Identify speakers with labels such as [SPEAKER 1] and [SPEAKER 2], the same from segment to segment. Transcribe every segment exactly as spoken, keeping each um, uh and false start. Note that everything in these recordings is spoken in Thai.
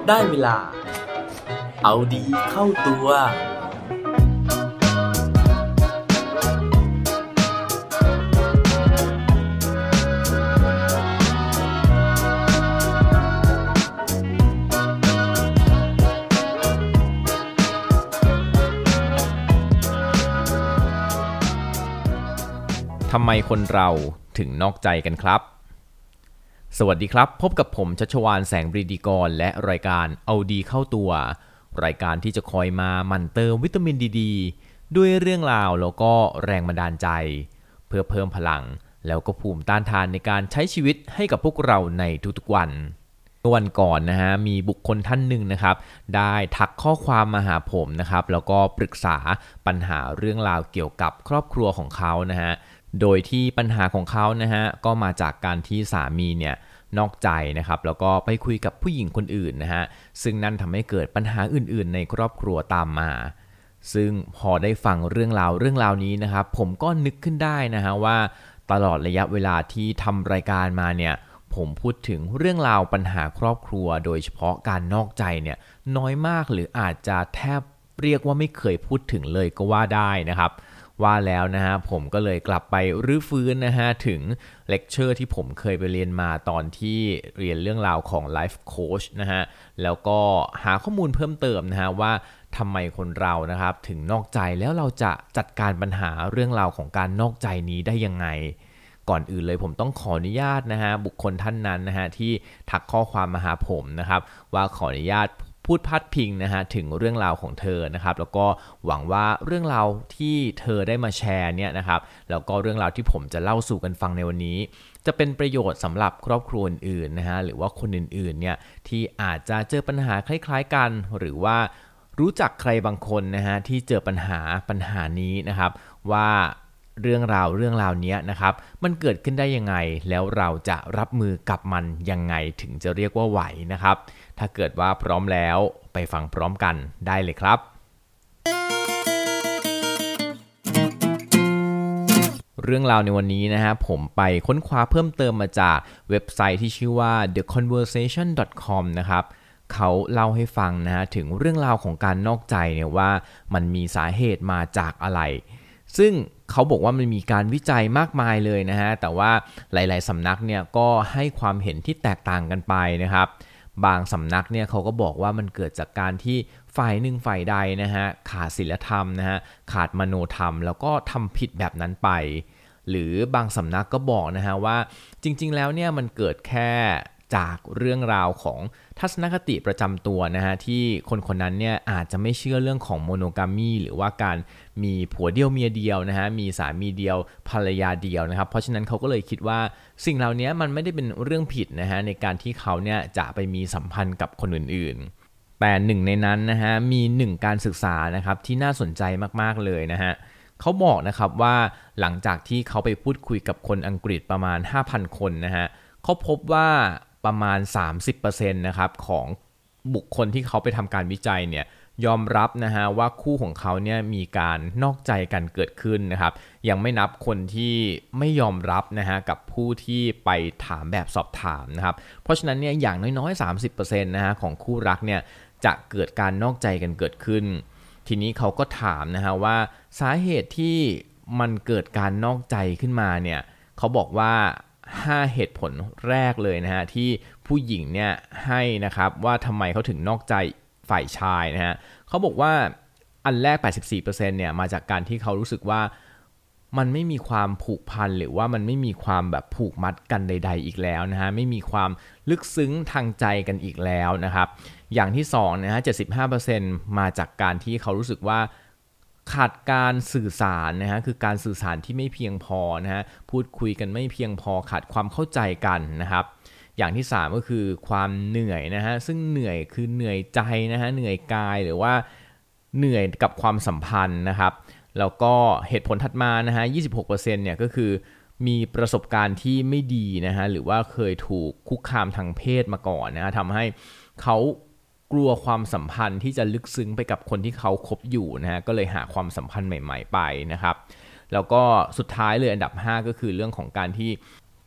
[SPEAKER 1] ได้เวลาเอาดีเข้าตัว
[SPEAKER 2] ทำไมคนเราถึงนอกใจกันครับสวัสดีครับพบกับผมชัชวาลแสงบรีดีกรและรายการเอาดีเข้าตัวรายการที่จะคอยมาหมั่นเติมวิตามินดีดีด้วยเรื่องราวแล้วก็แรงบันดาลใจเพื่อเพิ่มพลังแล้วก็ภูมิต้านทานในการใช้ชีวิตให้กับพวกเราในทุกๆวันวันก่อนนะฮะมีบุคคลท่านหนึ่งนะครับได้ทักข้อความมาหาผมนะครับแล้วก็ปรึกษาปัญหาเรื่องราวเกี่ยวกับครอบครัวของเขานะฮะโดยที่ปัญหาของเขานะฮะก็มาจากการที่สามีเนี่ยนอกใจนะครับแล้วก็ไปคุยกับผู้หญิงคนอื่นนะฮะซึ่งนั่นทำให้เกิดปัญหาอื่นๆในครอบครัวตามมาซึ่งพอได้ฟังเรื่องราวเรื่องราวนี้นะครับผมก็นึกขึ้นได้นะฮะว่าตลอดระยะเวลาที่ทำรายการมาเนี่ยผมพูดถึงเรื่องราวปัญหาครอบครัวโดยเฉพาะการนอกใจเนี่ยน้อยมากหรืออาจจะแทบเรียกว่าไม่เคยพูดถึงเลยก็ว่าได้นะครับว่าแล้วนะฮะผมก็เลยกลับไปรื้อฟื้นนะฮะถึงเลคเชอร์ที่ผมเคยไปเรียนมาตอนที่เรียนเรื่องราวของไลฟ์โค้ชนะฮะแล้วก็หาข้อมูลเพิ่มเติมนะฮะว่าทำไมคนเรานะครับถึงนอกใจแล้วเราจะจัดการปัญหาเรื่องราวของการนอกใจนี้ได้ยังไงก่อนอื่นเลยผมต้องขออนุญาตนะฮะบุคคลท่านนั้นนะฮะที่ทักข้อความมาหาผมนะครับว่าขออนุญาตพูดพาดพิงนะฮะถึงเรื่องราวของเธอนะครับแล้วก็หวังว่าเรื่องราวที่เธอได้มาแชร์เนี่ยนะครับแล้วก็เรื่องราวที่ผมจะเล่าสู่กันฟังในวันนี้จะเป็นประโยชน์สำหรับครอบครัวอื่นๆนะฮะหรือว่าคนอื่นๆเนี่ยที่อาจจะเจอปัญหาคล้ายๆกันหรือว่ารู้จักใครบางคนนะฮะที่เจอปัญหาปัญหานี้นะครับว่าเรื่องราวเรื่องราวนี้นะครับมันเกิดขึ้นได้ยังไงแล้วเราจะรับมือกับมันยังไงถึงจะเรียกว่าไหวนะครับถ้าเกิดว่าพร้อมแล้วไปฟังพร้อมกันได้เลยครับเรื่องราวในวันนี้นะฮะผมไปค้นคว้าเพิ่มเติมมาจากเว็บไซต์ที่ชื่อว่า เดอะ คอนเวอร์เซชัน ดอท คอม นะครับเขาเล่าให้ฟังนะฮะถึงเรื่องราวของการนอกใจเนี่ยว่ามันมีสาเหตุมาจากอะไรซึ่งเขาบอกว่ามันมีการวิจัยมากมายเลยนะฮะแต่ว่าหลายๆสำนักเนี่ยก็ให้ความเห็นที่แตกต่างกันไปนะครับบางสำนักเนี่ยเขาก็บอกว่ามันเกิดจากการที่ฝ่ายหนึ่งฝ่ายใดนะฮะขาดศีลธรรมนะฮะขาดมโนธรรมแล้วก็ทำผิดแบบนั้นไปหรือบางสำนักก็บอกนะฮะว่าจริงๆแล้วเนี่ยมันเกิดแค่จากเรื่องราวของทัศนคติประจำตัวนะฮะที่คนคนนั้นเนี่ยอาจจะไม่เชื่อเรื่องของโมโนกามีหรือว่าการมีผัวเดียวเมียเดียวนะฮะมีสามีเดียวภรรยาเดียวนะครับเพราะฉะนั้นเขาก็เลยคิดว่าสิ่งเหล่านี้มันไม่ได้เป็นเรื่องผิดนะฮะในการที่เขาเนี่ยจะไปมีสัมพันธ์กับคนอื่นๆแต่หนึ่งในนั้นนะฮะมีหนึ่งการศึกษานะครับที่น่าสนใจมากๆเลยนะฮะเขาบอกนะครับว่าหลังจากที่เขาไปพูดคุยกับคนอังกฤษประมาณ ห้าพัน คนนะฮะเขาพบว่าประมาณ สามสิบเปอร์เซ็นต์ นะครับของบุคคลที่เขาไปทำการวิจัยเนี่ยยอมรับนะฮะว่าคู่ของเขาเนี่ยมีการนอกใจกันเกิดขึ้นนะครับยังไม่นับคนที่ไม่ยอมรับนะฮะกับผู้ที่ไปถามแบบสอบถามนะครับเพราะฉะนั้นเนี่ยอย่างน้อยๆ สามสิบเปอร์เซ็นต์ นะฮะของคู่รักเนี่ยจะเกิดการนอกใจกันเกิดขึ้นทีนี้เขาก็ถามนะฮะว่าสาเหตุที่มันเกิดการนอกใจขึ้นมาเนี่ยเขาบอกว่าห้าเหตุผลแรกเลยนะฮะที่ผู้หญิงเนี่ยให้นะครับว่าทำไมเขาถึงนอกใจฝ่ายชายนะฮะเขาบอกว่าอันแรก แปดสิบสี่เปอร์เซ็นต์ เนี่ยมาจากการที่เขารู้สึกว่ามันไม่มีความผูกพันหรือว่ามันไม่มีความแบบผูกมัดกันใดๆอีกแล้วนะฮะไม่มีความลึกซึ้งทางใจกันอีกแล้วนะครับอย่างที่สองนะฮะ เจ็ดสิบห้าเปอร์เซ็นต์ มาจากการที่เขารู้สึกว่าขาดการสื่อสารนะฮะคือการสื่อสารที่ไม่เพียงพอนะฮะพูดคุยกันไม่เพียงพอขาดความเข้าใจกันนะครับอย่างที่สามก็คือความเหนื่อยนะฮะซึ่งเหนื่อยคือเหนื่อยใจนะฮะเหนื่อยกายหรือว่าเหนื่อยกับความสัมพันธ์นะครับแล้วก็เหตุผลถัดมานะฮะ ยี่สิบหกเปอร์เซ็นต์ เนี่ยก็คือมีประสบการณ์ที่ไม่ดีนะฮะหรือว่าเคยถูกคุกคามทางเพศมาก่อนนะฮะทำให้เขากลัวความสัมพันธ์ที่จะลึกซึ้งไปกับคนที่เขาคบอยู่นะฮะก็เลยหาความสัมพันธ์ใหม่ๆไปนะครับแล้วก็สุดท้ายเลยอันดับห้าก็คือเรื่องของการที่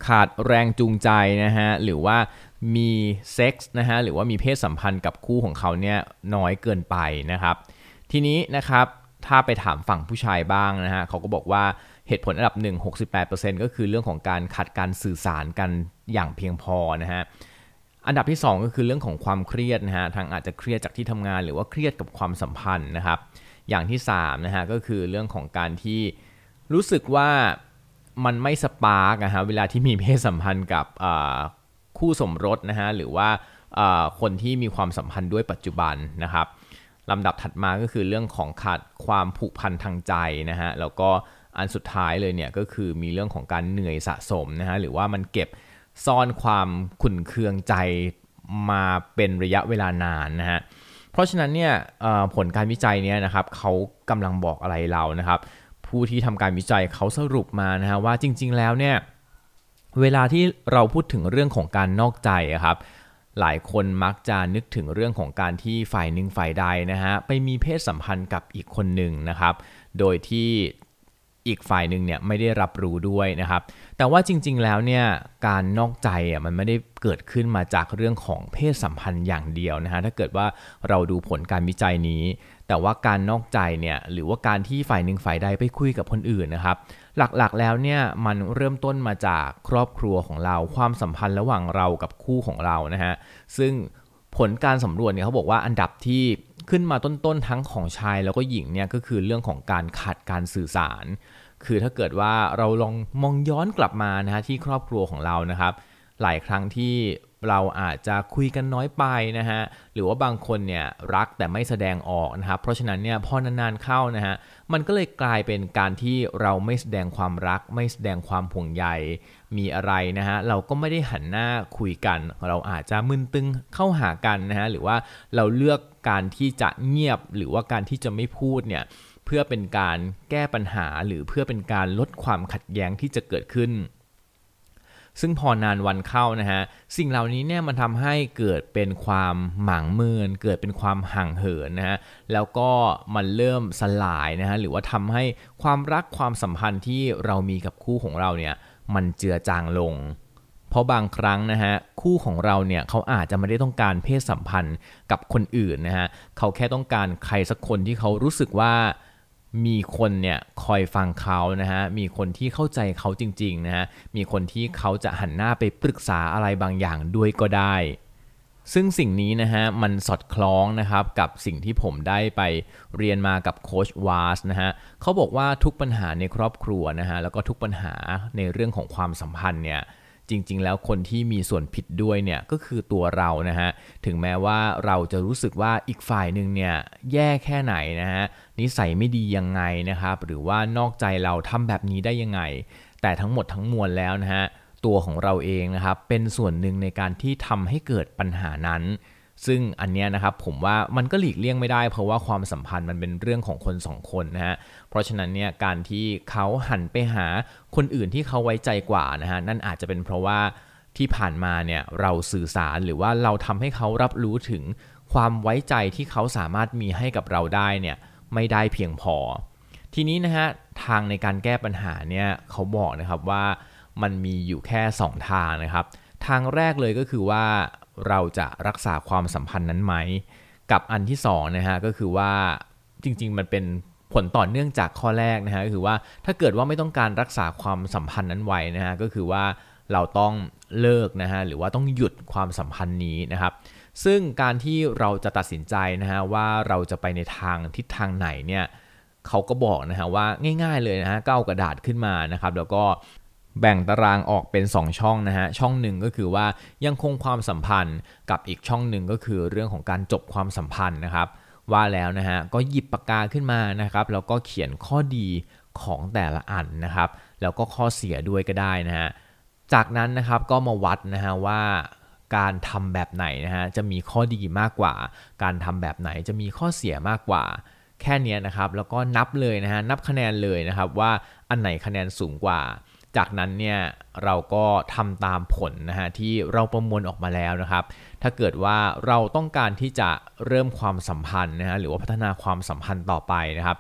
[SPEAKER 2] ขาดแรงจูงใจนะฮะหรือว่ามีเซ็กส์นะฮะหรือว่ามีเพศสัมพันธ์กับคู่ของเขาเนี่ยน้อยเกินไปนะครับทีนี้นะครับถ้าไปถามฝั่งผู้ชายบ้างนะฮะเขาก็บอกว่าเหตุผลอันดับหนึ่ง หกสิบแปดเปอร์เซ็นต์ ก็คือเรื่องของการขาดการสื่อสารกันอย่างเพียงพอนะฮะอันดับที่สองก็คือเรื่องของความเครียดนะฮะทางอาจจะเครียดจากที่ทำงานหรือว่าเครียดกับความสัมพันธ์นะครับอย่างที่สามนะฮะก็คือเรื่องของการที่รู้สึกว่ามันไม่สปาร์กนะฮะเวลาที่มีเพศสัมพันธ์กับคู่สมรสนะฮะหรือว่าคนที่มีความสัมพันธ์ด้วยปัจจุบันนะครับลำดับถัดมาก็คือเรื่องของขาดความผูกพันทางใจนะฮะแล้วก็อันสุดท้ายเลยเนี่ยก็คือมีเรื่องของการเหนื่อยสะสมนะฮะหรือว่ามันเก็บซ่อนความขุ่นเคืองใจมาเป็นระยะเวลานานนะฮะเพราะฉะนั้นเนี่ยผลการวิจัยเนี่ยนะครับเขากำลังบอกอะไรเรานะครับผู้ที่ทำการวิจัยเขาสรุปมานะฮะว่าจริงๆแล้วเนี่ยเวลาที่เราพูดถึงเรื่องของการนอกใจครับหลายคนมักจะนึกถึงเรื่องของการที่ฝ่ายหนึ่งฝ่ายใดนะฮะไปมีเพศสัมพันธ์กับอีกคนหนึ่งนะครับโดยที่อีกฝ่ายหนึ่งเนี่ยไม่ได้รับรู้ด้วยนะครับแต่ว่าจริงๆแล้วเนี่ยการนอกใจอ่ะมันไม่ได้เกิดขึ้นมาจากเรื่องของเพศสัมพันธ์อย่างเดียวนะฮะถ้าเกิดว่าเราดูผลการวิจัยนี้แต่ว่าการนอกใจเนี่ยหรือว่าการที่ฝ่ายหนึ่งฝ่ายใดไปคุยกับคนอื่นนะครับหลักๆแล้วเนี่ยมันเริ่มต้นมาจากครอบครัวของเราความสัมพันธ์ระหว่างเรากับคู่ของเรานะฮะซึ่งผลการสำรวจเนี่ยเขาบอกว่าอันดับที่ขึ้นมาต้นๆทั้งของชายแล้วก็หญิงเนี่ยก็คือเรื่องของการขาดการสื่อสารคือถ้าเกิดว่าเราลองมองย้อนกลับมานะฮะที่ครอบครัวของเรานะครับหลายครั้งที่เราอาจจะคุยกันน้อยไปนะฮะหรือว่าบางคนเนี่ยรักแต่ไม่แสดงออกนะครับเพราะฉะนั้นเนี่ยพอนานๆเข้านะฮะมันก็เลยกลายเป็นการที่เราไม่แสดงความรักไม่แสดงความห่วงใยมีอะไรนะฮะเราก็ไม่ได้หันหน้าคุยกันเราอาจจะมึนตึงเข้าหากันนะฮะหรือว่าเราเลือกการที่จะเงียบหรือว่าการที่จะไม่พูดเนี่ยเพื่อเป็นการแก้ปัญหาหรือเพื่อเป็นการลดความขัดแย้งที่จะเกิดขึ้นซึ่งพอนานวันเข้านะฮะสิ่งเหล่านี้เนี่ยมันทำให้เกิดเป็นความหมางเมินเกิดเป็นความห่างเหินนะฮะแล้วก็มันเริ่มสลายนะฮะหรือว่าทำให้ความรักความสัมพันธ์ที่เรามีกับคู่ของเราเนี่ยมันเจือจางลงเพราะบางครั้งนะฮะคู่ของเราเนี่ยเขาอาจจะไม่ได้ต้องการเพศสัมพันธ์กับคนอื่นนะฮะเขาแค่ต้องการใครสักคนที่เขารู้สึกว่ามีคนเนี่ยคอยฟังเขานะฮะมีคนที่เข้าใจเขาจริงๆนะฮะมีคนที่เขาจะหันหน้าไปปรึกษาอะไรบางอย่างด้วยก็ได้ซึ่งสิ่งนี้นะฮะมันสอดคล้องนะครับกับสิ่งที่ผมได้ไปเรียนมากับโค้ชวาสนะฮะเขาบอกว่าทุกปัญหาในครอบครัวนะฮะแล้วก็ทุกปัญหาในเรื่องของความสัมพันธ์เนี่ยจริงๆแล้วคนที่มีส่วนผิดด้วยเนี่ยก็คือตัวเรานะฮะถึงแม้ว่าเราจะรู้สึกว่าอีกฝ่ายหนึ่งเนี่ยแย่แค่ไหนนะฮะนิสัยไม่ดียังไงนะครับหรือว่านอกใจเราทำแบบนี้ได้ยังไงแต่ทั้งหมดทั้งมวลแล้วนะฮะตัวของเราเองนะครับเป็นส่วนหนึ่งในการที่ทำให้เกิดปัญหานั้นซึ่งอันเนี้ยนะครับผมว่ามันก็หลีกเลี่ยงไม่ได้เพราะว่าความสัมพันธ์มันเป็นเรื่องของคนสองคนนะฮะเพราะฉะนั้นเนี่ยการที่เขาหันไปหาคนอื่นที่เขาไว้ใจกว่านะฮะนั่นอาจจะเป็นเพราะว่าที่ผ่านมาเนี่ยเราสื่อสารหรือว่าเราทำให้เขารับรู้ถึงความไว้ใจที่เขาสามารถมีให้กับเราได้เนี่ยไม่ได้เพียงพอทีนี้นะฮะทางในการแก้ปัญหาเนี่ยเขาบอกนะครับว่ามันมีอยู่แค่สองทางนะครับทางแรกเลยก็คือว่าเราจะรักษาความสัมพันธ์นั้นไหมกับอันที่สองนะฮะก็คือว่าจริงๆมันเป็นผลต่อเนื่องจากข้อแรกนะฮะก็คือว่าถ้าเกิดว่าไม่ต้องการรักษาความสัมพันธ์นั้นไว้นะฮะก็คือว่าเราต้องเลิกนะฮะหรือว่าต้องหยุดความสัมพันธ์นี้นะครับซึ่งการที่เราจะตัดสินใจนะฮะว่าเราจะไปในทางทิศทางไหนเนี่ยเขาก็บอกนะฮะว่าง่ายๆเลยนะฮะก็เอากระดาษขึ้นมานะครับแล้วก็แบ่งตารางออกเป็นสองช่องนะฮะช่องหนึ่งก็คือว่ายังคงความสัมพันธ์กับอีกช่องหนึ่งก็คือเรื่องของการจบความสัมพันธ์นะครับว่าแล้วนะฮะก็หยิบปากกาขึ้นมานะครับแล้วก็เขียนข้อดีของแต่ละอันนะครับแล้วก็ข้อเสียด้วยก็ได้นะฮะจากนั้นนะครับก็มาวัดนะฮะว่าการทำแบบไหนนะฮะจะมีข้อดีมากกว่าการทำแบบไหนจะมีข้อเสียมากกว่าแค่นี้นะครับแล้วก็นับเลยนะฮะนับคะแนนเลยนะครับว่าอันไหนคะแนนสูงกว่าจากนั้นเนี่ยเราก็ทำตามผลนะฮะที่เราประมวลออกมาแล้วนะครับถ้าเกิดว่าเราต้องการที่จะเริ่มความสัมพันธ์นะฮะหรือว่าพัฒนาความสัมพันธ์ต่อไปนะครับ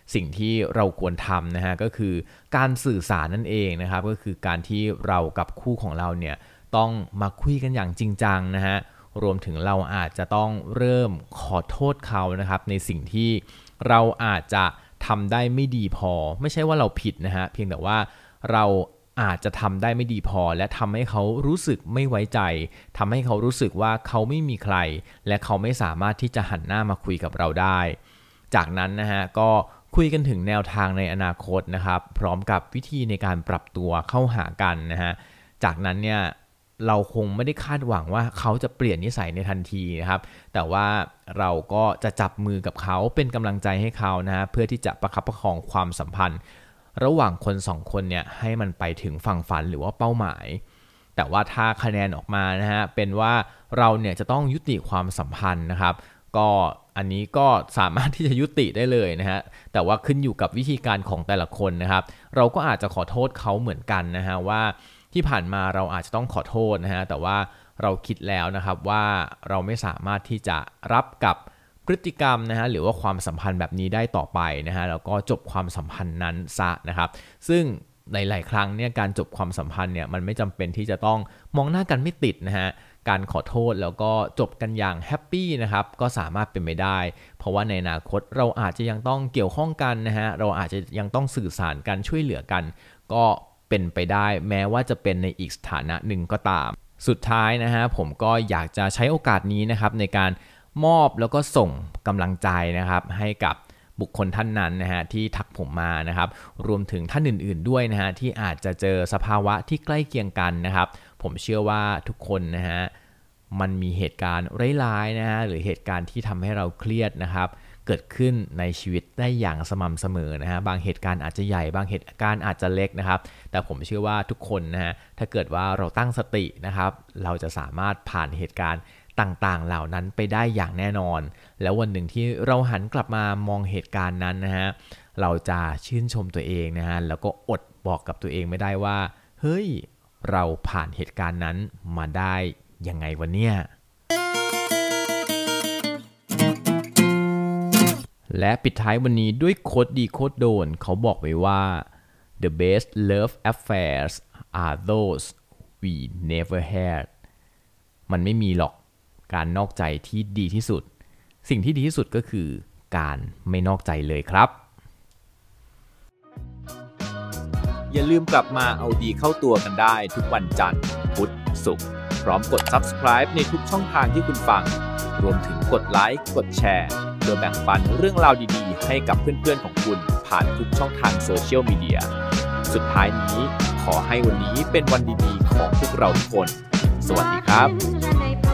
[SPEAKER 2] สิ่งที่เราควรทำนะฮะก็คือการสื่อสารนั่นเองนะครับก็คือการที่เรากับคู่ของเราเนี่ยต้องมาคุยกันอย่างจริงจังนะฮะรวมถึงเราอาจจะต้องเริ่มขอโทษเขานะครับในสิ่งที่เราอาจจะทำได้ไม่ดีพอไม่ใช่ว่าเราผิดนะฮะเพียงแต่ว่าเราอาจจะทำได้ไม่ดีพอและทำให้เขารู้สึกไม่ไว้ใจทำให้เขารู้สึกว่าเขาไม่มีใครและเขาไม่สามารถที่จะหันหน้ามาคุยกับเราได้จากนั้นนะฮะก็คุยกันถึงแนวทางในอนาคตนะครับพร้อมกับวิธีในการปรับตัวเข้าหากันนะฮะจากนั้นเนี่ยเราคงไม่ได้คาดหวังว่าเขาจะเปลี่ยนนิสัยในทันทีนะครับแต่ว่าเราก็จะจับมือกับเขาเป็นกำลังใจให้เขานะฮะเพื่อที่จะประคับประคองความสัมพันธ์ระหว่างคนสองคนเนี่ยให้มันไปถึงฝั่งฝันหรือว่าเป้าหมายแต่ว่าถ้าคะแนนออกมานะฮะเป็นว่าเราเนี่ยจะต้องยุติความสัมพันธ์นะครับก็อันนี้ก็สามารถที่จะยุติได้เลยนะฮะแต่ว่าขึ้นอยู่กับวิธีการของแต่ละคนนะครับเราก็อาจจะขอโทษเขาเหมือนกันนะฮะว่าที่ผ่านมาเราอาจจะต้องขอโทษนะฮะแต่ว่าเราคิดแล้วนะครับว่าเราไม่สามารถที่จะรับกับพฤติกรรมนะฮะหรือว่าความสัมพันธ์แบบนี้ได้ต่อไปนะฮะแล้วก็จบความสัมพันธ์นั้นซะนะครับซึ่งหลายๆครั้งเนี่ยการจบความสัมพันธ์เนี่ยมันไม่จำเป็นที่จะต้องมองหน้ากันไม่ติดนะฮะการขอโทษแล้วก็จบกันอย่างแฮปปี้นะครับก็สามารถเป็นไปได้เพราะว่าในอนาคตเราอาจจะยังต้องเกี่ยวข้องกันนะฮะเราอาจจะยังต้องสื่อสารกันช่วยเหลือกันก็เป็นไปได้แม้ว่าจะเป็นในอีกสถานะหนึ่งก็ตามสุดท้ายนะฮะผมก็อยากจะใช้โอกาสนี้นะครับในการมอบแล้วก็ส่งกำลังใจนะครับให้กับบุคคลท่านนั้นนะฮะที่ทักผมมานะครับรวมถึงท่านอื่นๆด้วยนะฮะที่อาจจะเจอสภาวะที่ใกล้เคียงกันนะครับผมเชื่อว่าทุกคนนะฮะมันมีเหตุการณ์ร้ายๆนะฮะหรือเหตุการณ์ที่ทำให้เราเครียดนะครับเกิดขึ้นในชีวิตได้อย่างสม่ำเสมอนะฮะบางเหตุการณ์อาจจะใหญ่บางเหตุการณ์อาจจะเล็กนะครับแต่ผมเชื่อว่าทุกคนนะฮะถ้าเกิดว่าเราตั้งสตินะครับเราจะสามารถผ่านเหตุการณ์ต่างๆเหล่านั้นไปได้อย่างแน่นอนแล้ววันหนึ่งที่เราหันกลับมามองเหตุการณ์นั้นนะฮะเราจะชื่นชมตัวเองนะฮะแล้วก็อดบอกกับตัวเองไม่ได้ว่าเฮ้ยเราผ่านเหตุการณ์นั้นมาได้ยังไงวะเนี่ยและปิดท้ายวันนี้ด้วยโค้ดดีโค้ดโดนเขาบอกไว้ว่า the best love affairs are those we never had มันไม่มีหรอกการนอกใจที่ดีที่สุดสิ่งที่ดีที่สุดก็คือการไม่นอกใจเลยครับ
[SPEAKER 1] อย่าลืมกลับมาเอาดีเข้าตัวกันได้ทุกวันจันทร์พุธศุกร์พร้อมกด Subscribe ในทุกช่องทางที่คุณฟังรวมถึงกดไลค์กดแชร์โดยแบ่งปันเรื่องราวดีๆให้กับเพื่อนๆของคุณผ่านทุกช่องทางโซเชียลมีเดียสุดท้ายนี้ขอให้วันนี้เป็นวันดีๆของพวกเราทุกคนสวัสดีครับ